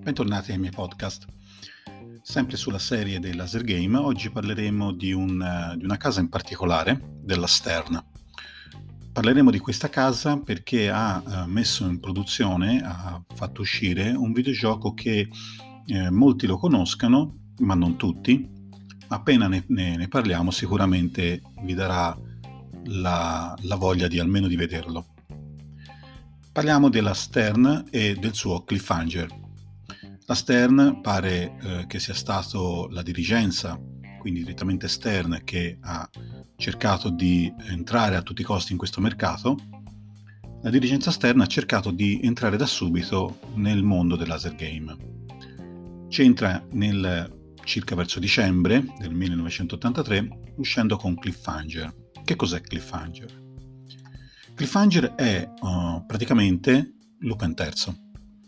Bentornati ai miei podcast. Sempre sulla serie dei laser game, oggi parleremo di una casa in particolare, della Stern. Parleremo di questa casa perché ha messo in produzione, ha fatto uscire un videogioco che molti lo conoscano, ma non tutti. Appena ne parliamo sicuramente vi darà la voglia di almeno di vederlo. Parliamo della Stern e del suo cliffhanger. La Stern pare che sia stato la dirigenza, quindi direttamente Stern, che ha cercato di entrare a tutti i costi in questo mercato. La dirigenza Stern ha cercato di entrare da subito nel mondo del laser game. C'entra circa verso dicembre del 1983, uscendo con Cliffhanger. Che cos'è Cliffhanger? Cliffhanger è praticamente Lupin III.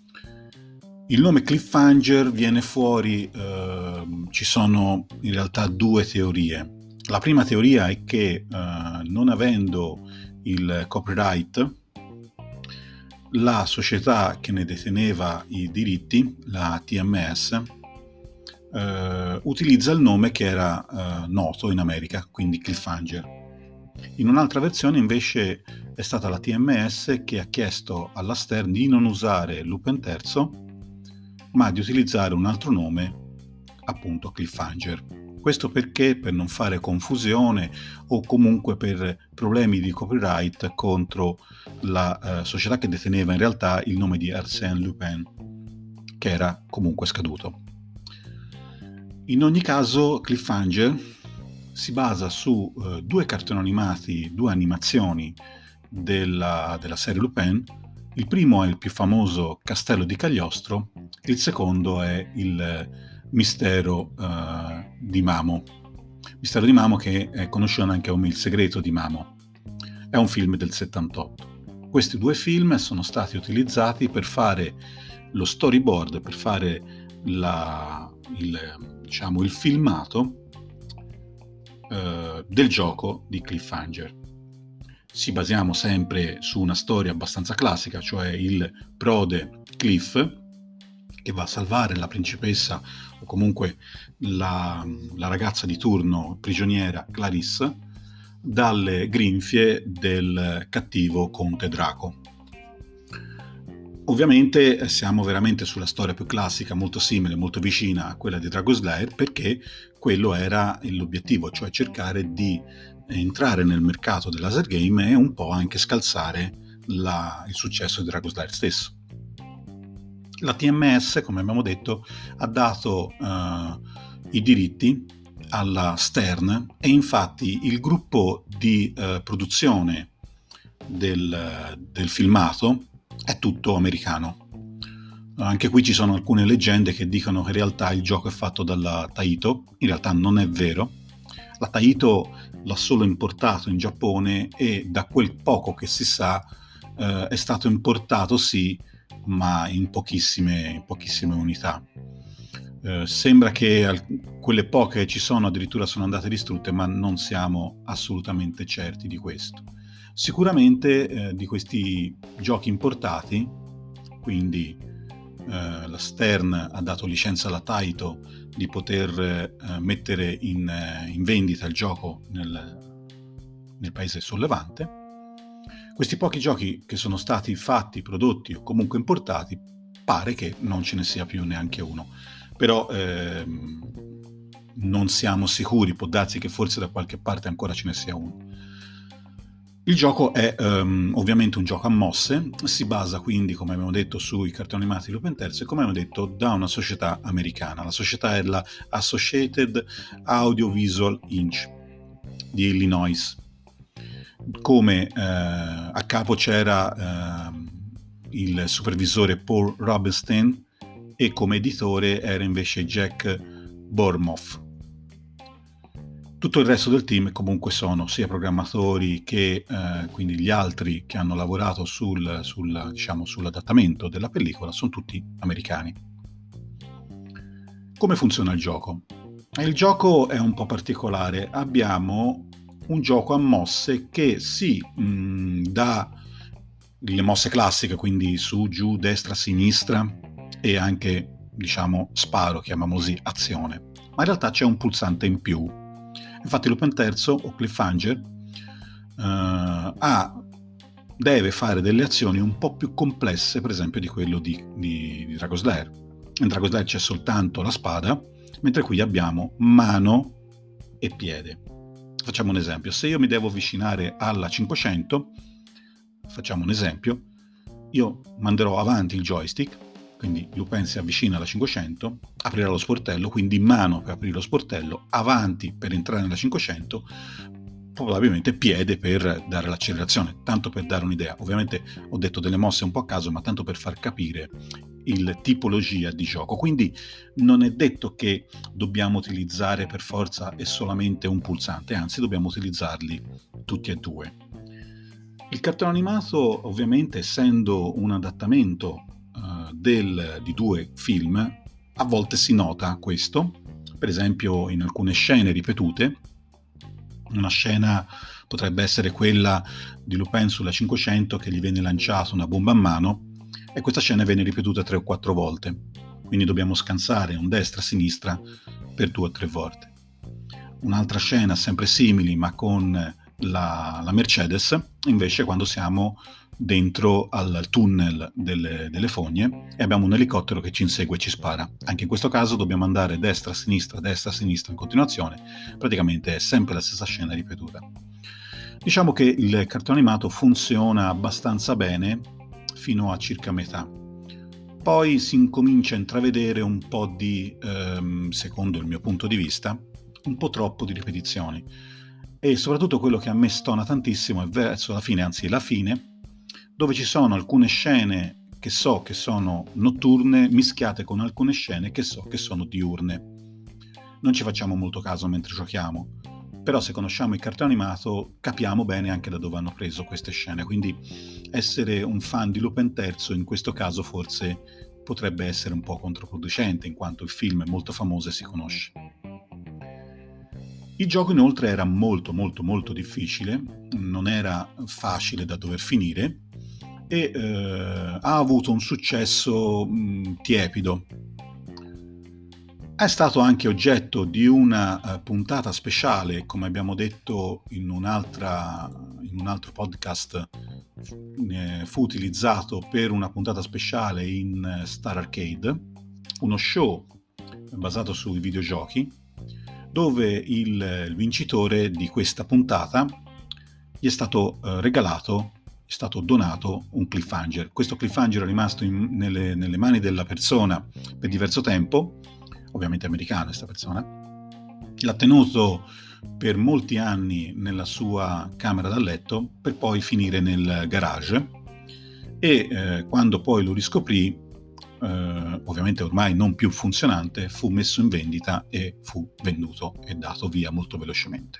Il nome Cliffhanger viene fuori, ci sono in realtà due teorie. La prima teoria è che non avendo il copyright, la società che ne deteneva i diritti, la TMS, utilizza il nome che era noto in America, quindi Cliffhanger. In un'altra versione invece è stata la TMS che ha chiesto alla Stern di non usare Lupin III, ma di utilizzare un altro nome, appunto Cliffhanger. Questo perché? Per non fare confusione o comunque per problemi di copyright contro la società che deteneva in realtà il nome di Arsène Lupin, che era comunque scaduto. In ogni caso, Cliffhanger si basa su due cartoni animati, due animazioni della serie Lupin. Il primo è il più famoso Castello di Cagliostro, il secondo è il Mistero di Mamo. Mistero di Mamo che è conosciuto anche come Il segreto di Mamo. È un film del 78. Questi due film sono stati utilizzati per fare lo storyboard, per fare il filmato del gioco di Cliffhanger. Ci basiamo sempre su una storia abbastanza classica, cioè il prode Cliff che va a salvare la principessa o comunque la ragazza di turno prigioniera Clarisse dalle grinfie del cattivo conte Draco. Ovviamente siamo veramente sulla storia più classica, molto simile, molto vicina a quella di Dragon Slayer, perché quello era l'obiettivo, cioè cercare di entrare nel mercato del laser game e un po' anche scalzare il successo di Dragon Slayer stesso. La TMS, come abbiamo detto, ha dato i diritti alla Stern e infatti il gruppo di produzione del filmato è tutto americano. Anche qui ci sono alcune leggende che dicono che in realtà il gioco è fatto dalla Taito. In realtà non è vero. La Taito l'ha solo importato in Giappone e da quel poco che si sa è stato importato sì, ma in pochissime unità. Sembra che quelle poche che ci sono addirittura sono andate distrutte, ma non siamo assolutamente certi di questo. Sicuramente di questi giochi importati, quindi la Stern ha dato licenza alla Taito di poter mettere in vendita il gioco nel paese sollevante. Questi pochi giochi che sono stati fatti, prodotti o comunque importati, pare che non ce ne sia più neanche uno. Però non siamo sicuri, può darsi che forse da qualche parte ancora ce ne sia uno. Il gioco è ovviamente un gioco a mosse, si basa quindi, come abbiamo detto, sui cartoni animati di Lupin III e come abbiamo detto da una società americana. La società è la Associated Audiovisual Inc. di Illinois. Come a capo c'era il supervisore Paul Robertstein e come editore era invece Jack Bormoff. Tutto il resto del team comunque sono sia programmatori che quindi gli altri che hanno lavorato sull'adattamento della pellicola, sono tutti americani. Come funziona il gioco? Il gioco è un po' particolare. Abbiamo un gioco a mosse che dà le mosse classiche, quindi su, giù, destra, sinistra e anche diciamo, sparo, chiamiamolo così, azione. Ma in realtà c'è un pulsante in più. Infatti Lupin III o Cliffhanger deve fare delle azioni un po' più complesse, per esempio, di quello di Dragon's Lair. In Dragon's Lair c'è soltanto la spada, mentre qui abbiamo mano e piede. Facciamo un esempio. Se io mi devo avvicinare alla 500, facciamo un esempio, io manderò avanti il joystick, quindi Lupin si avvicina alla 500, aprirà lo sportello, quindi mano per aprire lo sportello, avanti per entrare nella 500, probabilmente piede per dare l'accelerazione, tanto per dare un'idea. Ovviamente ho detto delle mosse un po' a caso, ma tanto per far capire il tipologia di gioco. Quindi non è detto che dobbiamo utilizzare per forza e solamente un pulsante, anzi dobbiamo utilizzarli tutti e due. Il cartone animato, ovviamente, essendo un adattamento di due film, a volte si nota questo, per esempio in alcune scene ripetute. Una scena potrebbe essere quella di Lupin sulla 500 che gli viene lanciata una bomba a mano, e questa scena viene ripetuta 3 o 4 volte, quindi dobbiamo scansare un destra-sinistra per 2 o 3 volte. Un'altra scena sempre simile ma con la Mercedes, invece, quando siamo dentro al tunnel delle fogne e abbiamo un elicottero che ci insegue e ci spara. Anche in questo caso dobbiamo andare destra-sinistra in continuazione, praticamente è sempre la stessa scena ripetuta. Diciamo che il cartone animato funziona abbastanza bene fino a circa metà. Poi si incomincia a intravedere un po' di, secondo il mio punto di vista, un po' troppo di ripetizioni. E soprattutto quello che a me stona tantissimo è verso la fine, anzi la fine, dove ci sono alcune scene che so che sono notturne mischiate con alcune scene che so che sono diurne. Non ci facciamo molto caso mentre giochiamo, però se conosciamo il cartone animato capiamo bene anche da dove hanno preso queste scene, quindi essere un fan di Lupin III in questo caso forse potrebbe essere un po' controproducente, in quanto il film è molto famoso e si conosce. Il gioco inoltre era molto molto molto difficile, non era facile da dover finire e ha avuto un successo tiepido. È stato anche oggetto di una puntata speciale, come abbiamo detto in un altro podcast, fu utilizzato per una puntata speciale in Star Arcade, uno show basato sui videogiochi, dove il vincitore di questa puntata gli è stato regalato, è stato donato un Cliffhanger. Questo Cliffhanger è rimasto nelle mani della persona per diverso tempo, ovviamente americano questa persona, l'ha tenuto per molti anni nella sua camera da letto per poi finire nel garage e quando poi lo riscoprì, ovviamente ormai non più funzionante, fu messo in vendita e fu venduto e dato via molto velocemente.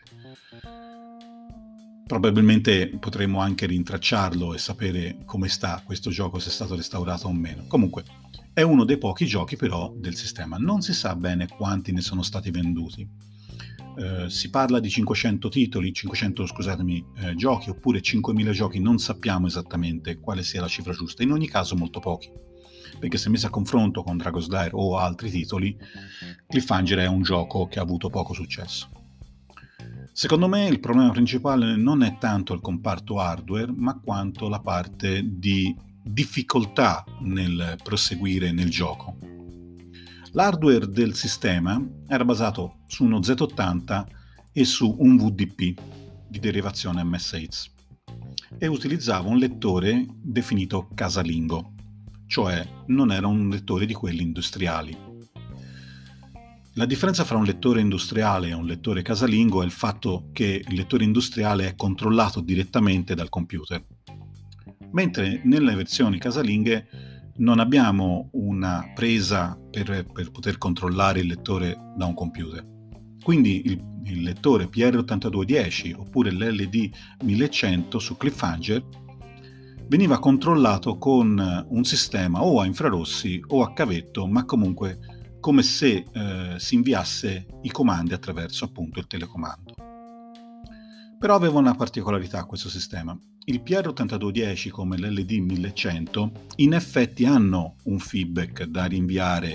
Probabilmente potremmo anche rintracciarlo e sapere come sta questo gioco, se è stato restaurato o meno. Comunque è uno dei pochi giochi però del sistema. Non si sa bene quanti ne sono stati venduti. Si parla di 500 giochi oppure 5.000 giochi, non sappiamo esattamente quale sia la cifra giusta. In ogni caso molto pochi, perché se messo a confronto con Dragon's Lair o altri titoli, Cliffhanger è un gioco che ha avuto poco successo. Secondo me il problema principale non è tanto il comparto hardware, ma quanto la parte di difficoltà nel proseguire nel gioco. L'hardware del sistema era basato su uno Z80 e su un VDP di derivazione MSX e utilizzava un lettore definito casalingo, cioè non era un lettore di quelli industriali. La differenza fra un lettore industriale e un lettore casalingo è il fatto che il lettore industriale è controllato direttamente dal computer, mentre nelle versioni casalinghe non abbiamo una presa per poter controllare il lettore da un computer. Quindi il lettore PR8210 oppure l'LD 1100 su Cliffhanger veniva controllato con un sistema o a infrarossi o a cavetto, ma comunque come se si inviasse i comandi attraverso appunto il telecomando. Però aveva una particolarità questo sistema. Il PR8210 come l'LD 1100 in effetti hanno un feedback da rinviare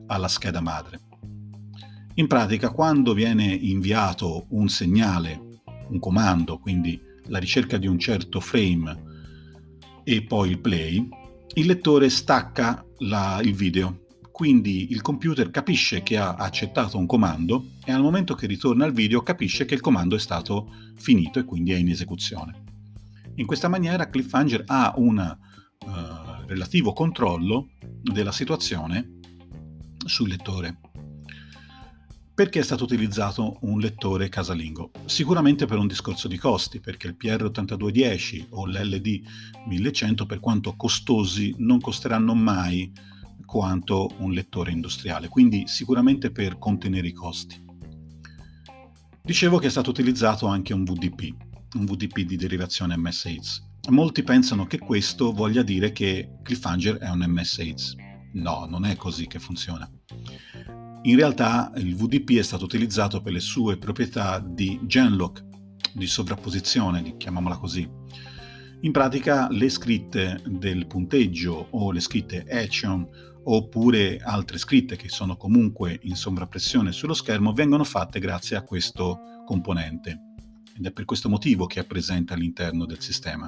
alla scheda madre. In pratica, quando viene inviato un segnale, un comando, quindi la ricerca di un certo frame e poi il play, il lettore stacca il video. Quindi il computer capisce che ha accettato un comando e al momento che ritorna al video capisce che il comando è stato finito e quindi è in esecuzione. In questa maniera Cliffhanger ha un relativo controllo della situazione sul lettore. Perché è stato utilizzato un lettore casalingo? Sicuramente per un discorso di costi, perché il PR8210 o l'LD 1100, per quanto costosi, non costeranno mai quanto un lettore industriale, quindi sicuramente per contenere i costi. Dicevo che è stato utilizzato anche un VDP di derivazione MS-8. Molti pensano che questo voglia dire che Cliffhanger è un MS-8. No, non è così che funziona. In realtà il VDP è stato utilizzato per le sue proprietà di genlock, di sovrapposizione, chiamiamola così. In pratica le scritte del punteggio o le scritte action oppure altre scritte che sono comunque in sovrappressione sullo schermo vengono fatte grazie a questo componente ed è per questo motivo che è presente all'interno del sistema.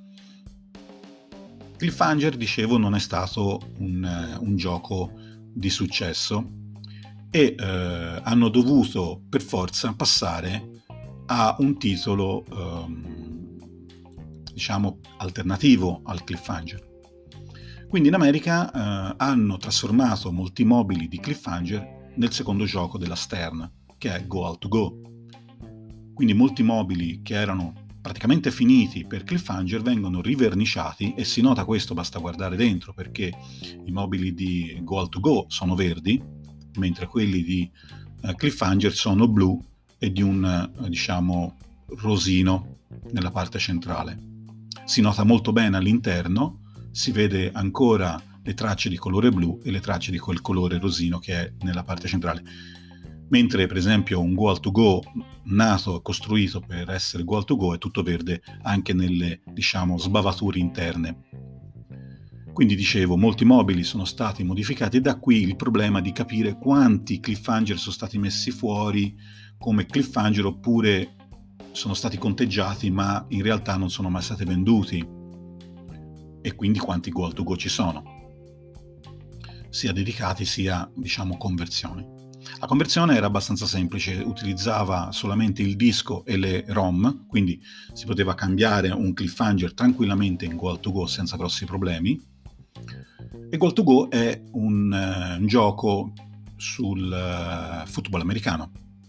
Cliffhanger, dicevo, non è stato un gioco di successo e hanno dovuto per forza passare a un titolo diciamo alternativo al Cliffhanger. Quindi in America hanno trasformato molti mobili di Cliffhanger nel secondo gioco della Stern, che è Goal2Go. Quindi molti mobili che erano praticamente finiti per Cliffhanger vengono riverniciati e si nota questo, basta guardare dentro, perché i mobili di Goal2Go sono verdi, mentre quelli di Cliffhanger sono blu e di un diciamo rosino nella parte centrale. Si nota molto bene all'interno, si vede ancora le tracce di colore blu e le tracce di quel colore rosino che è nella parte centrale. Mentre per esempio un Goal2Go nato e costruito per essere Goal2Go è tutto verde anche nelle diciamo sbavature interne. Quindi dicevo, molti mobili sono stati modificati e da qui il problema di capire quanti Cliffhanger sono stati messi fuori come Cliffhanger oppure sono stati conteggiati ma in realtà non sono mai stati venduti e quindi quanti Goal2Go ci sono, sia dedicati sia diciamo conversioni. La conversione era abbastanza semplice, utilizzava solamente il disco e le ROM, quindi si poteva cambiare un Cliffhanger tranquillamente in Goal2Go senza grossi problemi. E Goal2Go è un gioco sul football americano,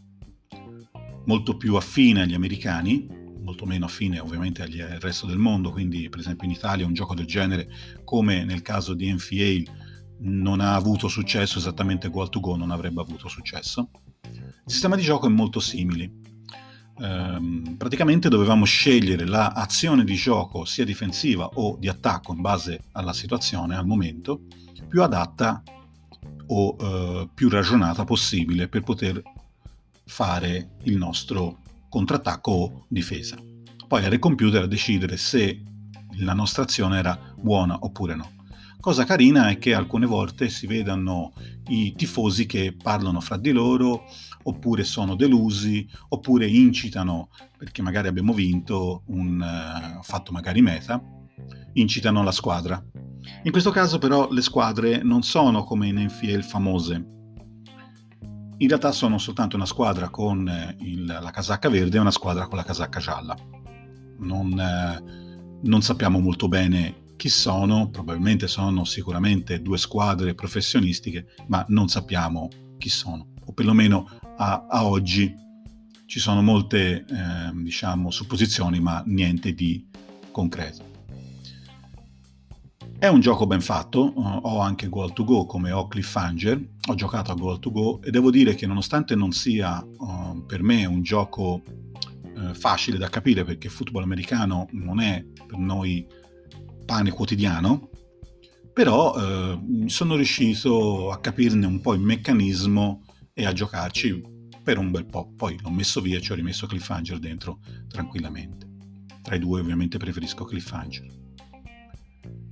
molto più affine agli americani, molto meno affine ovviamente al resto del mondo, quindi per esempio in Italia un gioco del genere, come nel caso di NFA, non ha avuto successo, esattamente Goal2Go non avrebbe avuto successo. Il sistema di gioco è molto simile. Praticamente dovevamo scegliere l'azione di gioco sia difensiva o di attacco in base alla situazione al momento più adatta o più ragionata possibile per poter fare il nostro contrattacco o difesa. Poi era il computer a decidere se la nostra azione era buona oppure no. Cosa carina è che alcune volte si vedano i tifosi che parlano fra di loro, oppure sono delusi, oppure incitano, perché magari abbiamo vinto fatto magari meta, incitano la squadra. In questo caso però le squadre non sono come in NFL famose. In realtà sono soltanto una squadra con la casacca verde e una squadra con la casacca gialla. Non sappiamo molto bene chi sono, probabilmente sono sicuramente due squadre professionistiche, ma non sappiamo chi sono, o perlomeno a oggi ci sono molte diciamo supposizioni, ma niente di concreto. È un gioco ben fatto, ho anche Goal2Go come ho Cliffhanger, ho giocato a Goal2Go e devo dire che nonostante non sia per me un gioco facile da capire, perché il football americano non è per noi pane quotidiano, però sono riuscito a capirne un po' il meccanismo e a giocarci per un bel po'. Poi l'ho messo via e ci ho rimesso Cliffhanger dentro tranquillamente. Tra i due ovviamente preferisco Cliffhanger.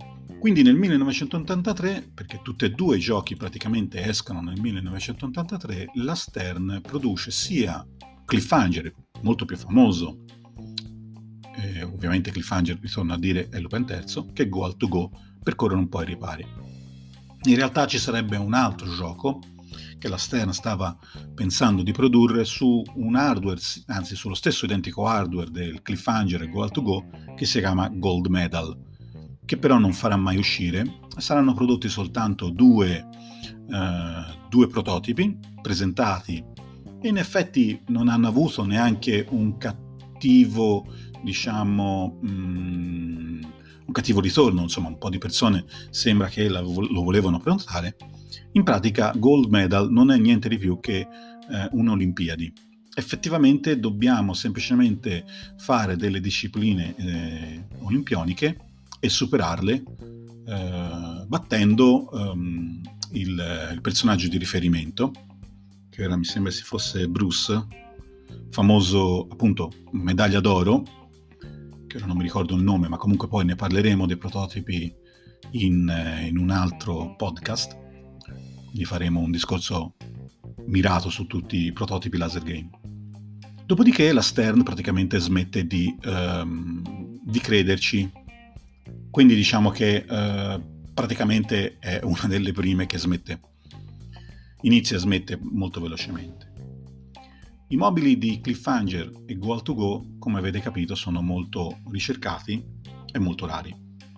Quindi nel 1983, perché tutti e due i giochi praticamente escono nel 1983, la Stern produce sia Cliffhanger, molto più famoso, ovviamente Cliffhanger, ritorno a dire, è Lupin III, che Goal to Go, per correre un po' ai ripari. In realtà ci sarebbe un altro gioco che la Stern stava pensando di produrre su un hardware, anzi sullo stesso identico hardware del Cliffhanger e Goal to Go, che si chiama Gold Medal, che però non farà mai uscire. Saranno prodotti soltanto due prototipi presentati e in effetti non hanno avuto neanche un cattivo, diciamo, un cattivo ritorno, insomma un po' di persone sembra che lo volevano prenotare. In pratica Gold Medal non è niente di più che un'Olimpiadi. Effettivamente dobbiamo semplicemente fare delle discipline olimpioniche e superarle battendo il personaggio di riferimento, che ora mi sembra si fosse Bruce, famoso appunto medaglia d'oro, che ora non mi ricordo il nome, ma comunque poi ne parleremo dei prototipi in un altro podcast, quindi faremo un discorso mirato su tutti i prototipi laser game. Dopodiché la Stern praticamente smette di crederci, quindi diciamo che praticamente è una delle prime che inizia e smette molto velocemente. I mobili di Cliffhanger e Goal to Go, come avete capito, sono molto ricercati e molto rari.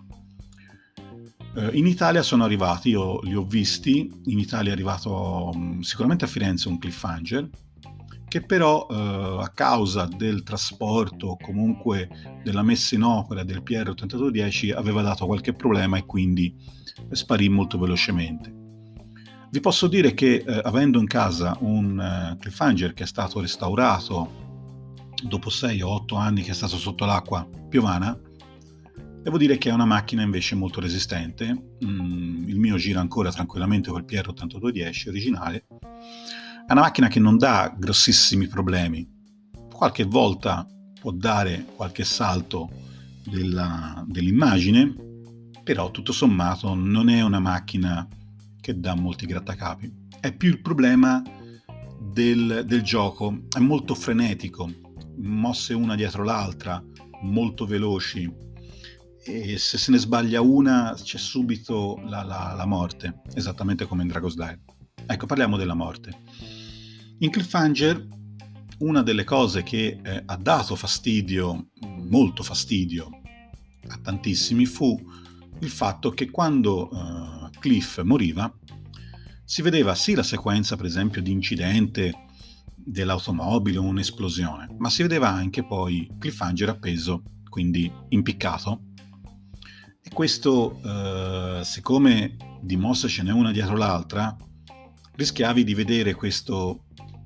In Italia sono arrivati, io li ho visti, in Italia è arrivato sicuramente a Firenze un Cliffhanger, che però a causa del trasporto o comunque della messa in opera del PR8210 aveva dato qualche problema e quindi sparì molto velocemente. Vi posso dire che avendo in casa un Cliffhanger che è stato restaurato dopo 6 o 8 anni che è stato sotto l'acqua piovana, devo dire che è una macchina invece molto resistente. Il mio gira ancora tranquillamente col PR8210 originale. È una macchina che non dà grossissimi problemi. Qualche volta può dare qualche salto dell'immagine, però tutto sommato non è una macchina che dà molti grattacapi. È più il problema del gioco, è molto frenetico, mosse una dietro l'altra, molto veloci, e se ne sbaglia una c'è subito la morte, esattamente come in Dragon's Lair. Ecco, parliamo della morte. In Cliffhanger una delle cose che ha dato fastidio, molto fastidio a tantissimi, fu il fatto che quando Cliff moriva si vedeva sì la sequenza per esempio di incidente dell'automobile o un'esplosione, ma si vedeva anche poi Cliffhanger appeso, quindi impiccato, e questo siccome di mosse ce n'è una dietro l'altra, rischiavi di vedere questa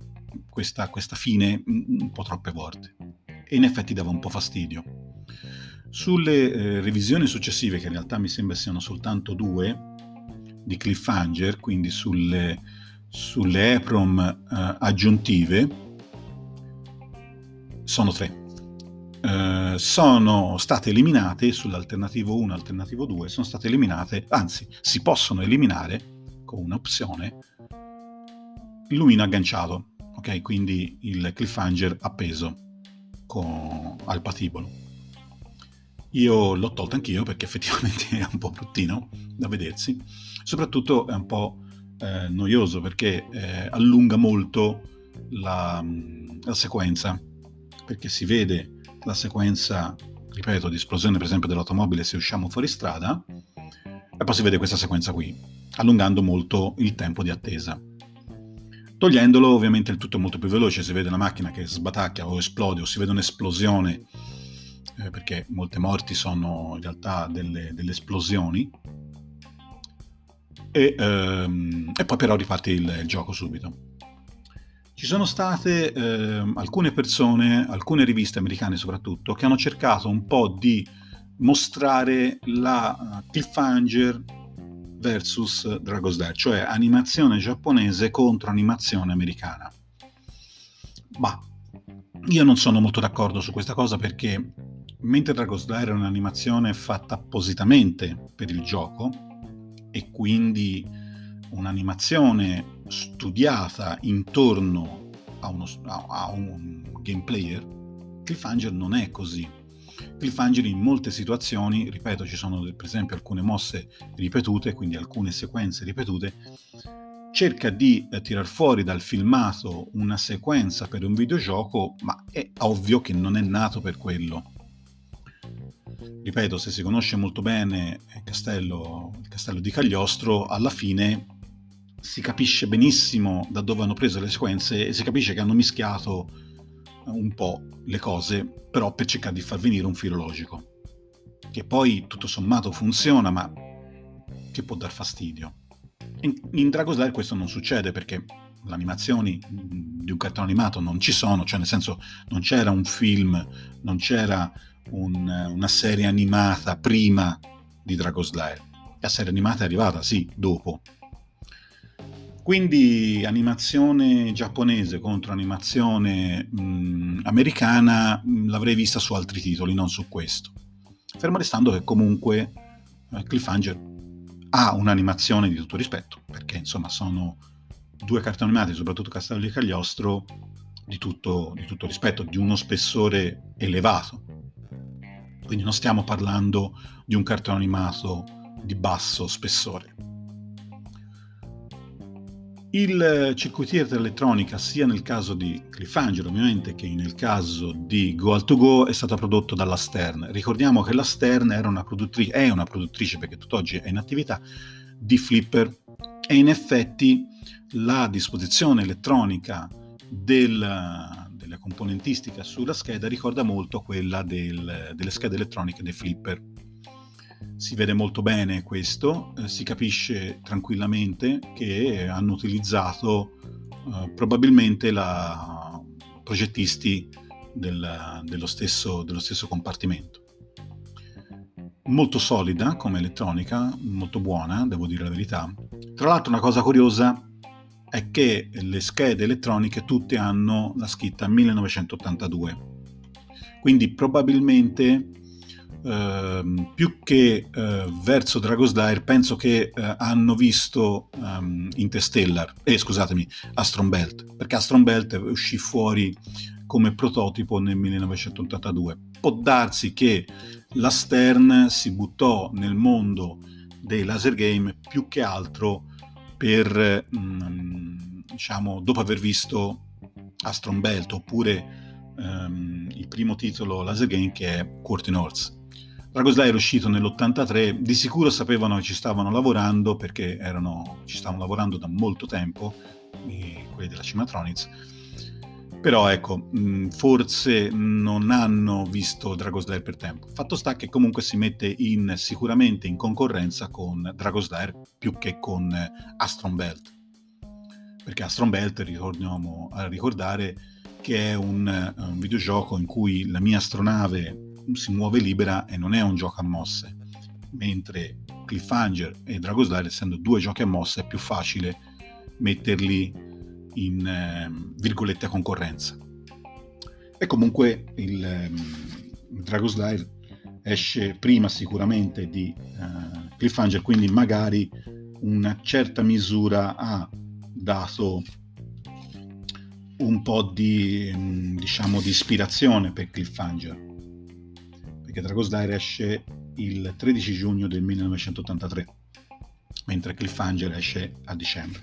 fine un po' troppe volte e in effetti dava un po' fastidio. Sulle revisioni successive, che in realtà mi sembra siano soltanto 2 di Cliffhanger, quindi sulle EPROM aggiuntive, sono 3. Sono state eliminate sull'alternativo 1 e alternativo 2, sono state eliminate, anzi si possono eliminare con un'opzione il lumino agganciato, ok? Quindi il Cliffhanger appeso al patibolo. Io l'ho tolto anch'io perché effettivamente è un po' bruttino da vedersi, soprattutto è un po' noioso perché allunga molto la sequenza, perché si vede la sequenza, ripeto, di esplosione per esempio dell'automobile se usciamo fuori strada, e poi si vede questa sequenza qui, allungando molto il tempo di attesa. Togliendolo ovviamente il tutto è molto più veloce, si vede la macchina che sbatacchia o esplode o si vede un'esplosione, perché molte morti sono in realtà delle esplosioni, e poi però riparte il gioco subito. Ci sono state alcune persone, alcune riviste americane soprattutto, che hanno cercato un po' di mostrare la Cliffhanger versus Dragon's Lair, cioè animazione giapponese contro animazione americana. Ma io non sono molto d'accordo su questa cosa perché mentre Dragon's Lair è un'animazione fatta appositamente per il gioco e quindi un'animazione studiata intorno a un game player, Cliffhanger non è così. Cliffhanger in molte situazioni, ripeto, ci sono per esempio alcune mosse ripetute, quindi alcune sequenze ripetute, cerca di tirar fuori dal filmato una sequenza per un videogioco, ma è ovvio che non è nato per quello. Ripeto, se si conosce molto bene il castello di Cagliostro, alla fine si capisce benissimo da dove hanno preso le sequenze e si capisce che hanno mischiato un po' le cose, però per cercare di far venire un filo logico, che poi tutto sommato funziona, ma che può dar fastidio. In Dragon's Lair questo non succede perché le animazioni di un cartone animato non ci sono, cioè nel senso non c'era un film, non c'era una serie animata prima di Dragon's Lair. La serie animata è arrivata, sì, dopo. Quindi animazione giapponese contro animazione americana l'avrei vista su altri titoli, non su questo. Fermo restando che comunque Cliffhanger ha un'animazione di tutto rispetto, perché insomma sono due cartoni animati, soprattutto Castello di Cagliostro, di tutto rispetto, di uno spessore elevato. Quindi non stiamo parlando di un cartone animato di basso spessore. Il circuitiere dell'elettronica, sia nel caso di Cliffhanger ovviamente che nel caso di Go2Go, è stata prodotto dalla Stern. Ricordiamo che la Stern è una produttrice perché tutt'oggi è in attività di flipper e in effetti la disposizione elettronica della componentistica sulla scheda ricorda molto quella delle schede elettroniche dei flipper. Si vede molto bene questo, si capisce tranquillamente che hanno utilizzato probabilmente progettisti dello stesso compartimento. Molto solida come elettronica, molto buona, devo dire la verità. Tra l'altro una cosa curiosa è che le schede elettroniche tutte hanno la scritta 1982, quindi probabilmente più che verso Dragon's Lair penso che hanno visto Astron Belt, perché Astron Belt uscì fuori come prototipo nel 1982. Può darsi che la Stern si buttò nel mondo dei laser game più che altro per dopo aver visto Astron Belt oppure il primo titolo laser game che è Curtain Horse. Dragon's Lair è uscito nell'83, di sicuro sapevano che ci stavano lavorando perché ci stavano lavorando da molto tempo, quelli della Cimatronics, però ecco, forse non hanno visto Dragon's Lair per tempo. Fatto sta che comunque si mette sicuramente in concorrenza con Dragon's Lair più che con Astron Belt, perché Astron Belt, ritorniamo a ricordare, che è un videogioco in cui la mia astronave si muove libera e non è un gioco a mosse, mentre Cliffhanger e Dragon's Lair, essendo due giochi a mosse, è più facile metterli in virgolette a concorrenza. E comunque il Dragon's Lair esce prima sicuramente di Cliffhanger, quindi magari una certa misura ha dato un po' di ispirazione per Cliffhanger, perché Dragon's Lair esce il 13 giugno del 1983, mentre Cliffhanger esce a dicembre.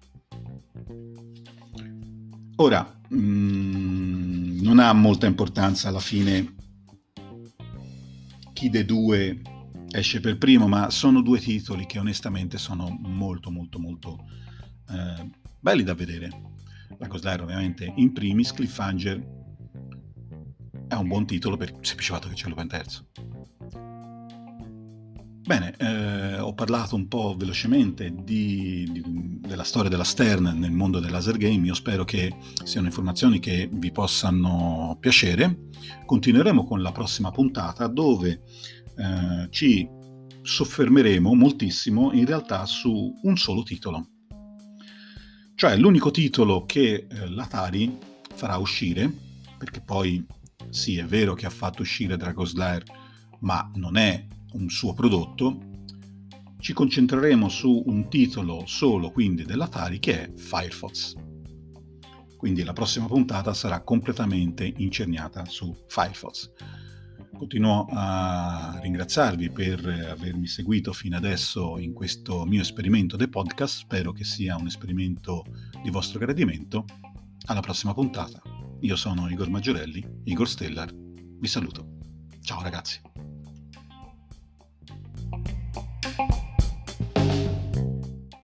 Ora, non ha molta importanza alla fine chi dei due esce per primo, ma sono due titoli che onestamente sono molto molto molto belli da vedere. Dragon's Lair ovviamente in primis, Cliffhanger è un buon titolo per il semplice fatto che c'è l'open terzo. Bene, ho parlato un po' velocemente della storia della Stern nel mondo del laser game. Io spero che siano informazioni che vi possano piacere. Continueremo con la prossima puntata dove ci soffermeremo moltissimo in realtà su un solo titolo, cioè l'unico titolo che l'Atari farà uscire, perché poi sì, è vero che ha fatto uscire Dragon Slayer, ma non è un suo prodotto, ci concentreremo su un titolo solo quindi dell'Atari che è Firefox. Quindi la prossima puntata sarà completamente incerniata su Firefox. Continuo a ringraziarvi per avermi seguito fino adesso in questo mio esperimento dei podcast. Spero che sia un esperimento di vostro gradimento. Alla prossima puntata. Io sono Igor Maggiorelli, Igor Stellar. Vi saluto. Ciao ragazzi.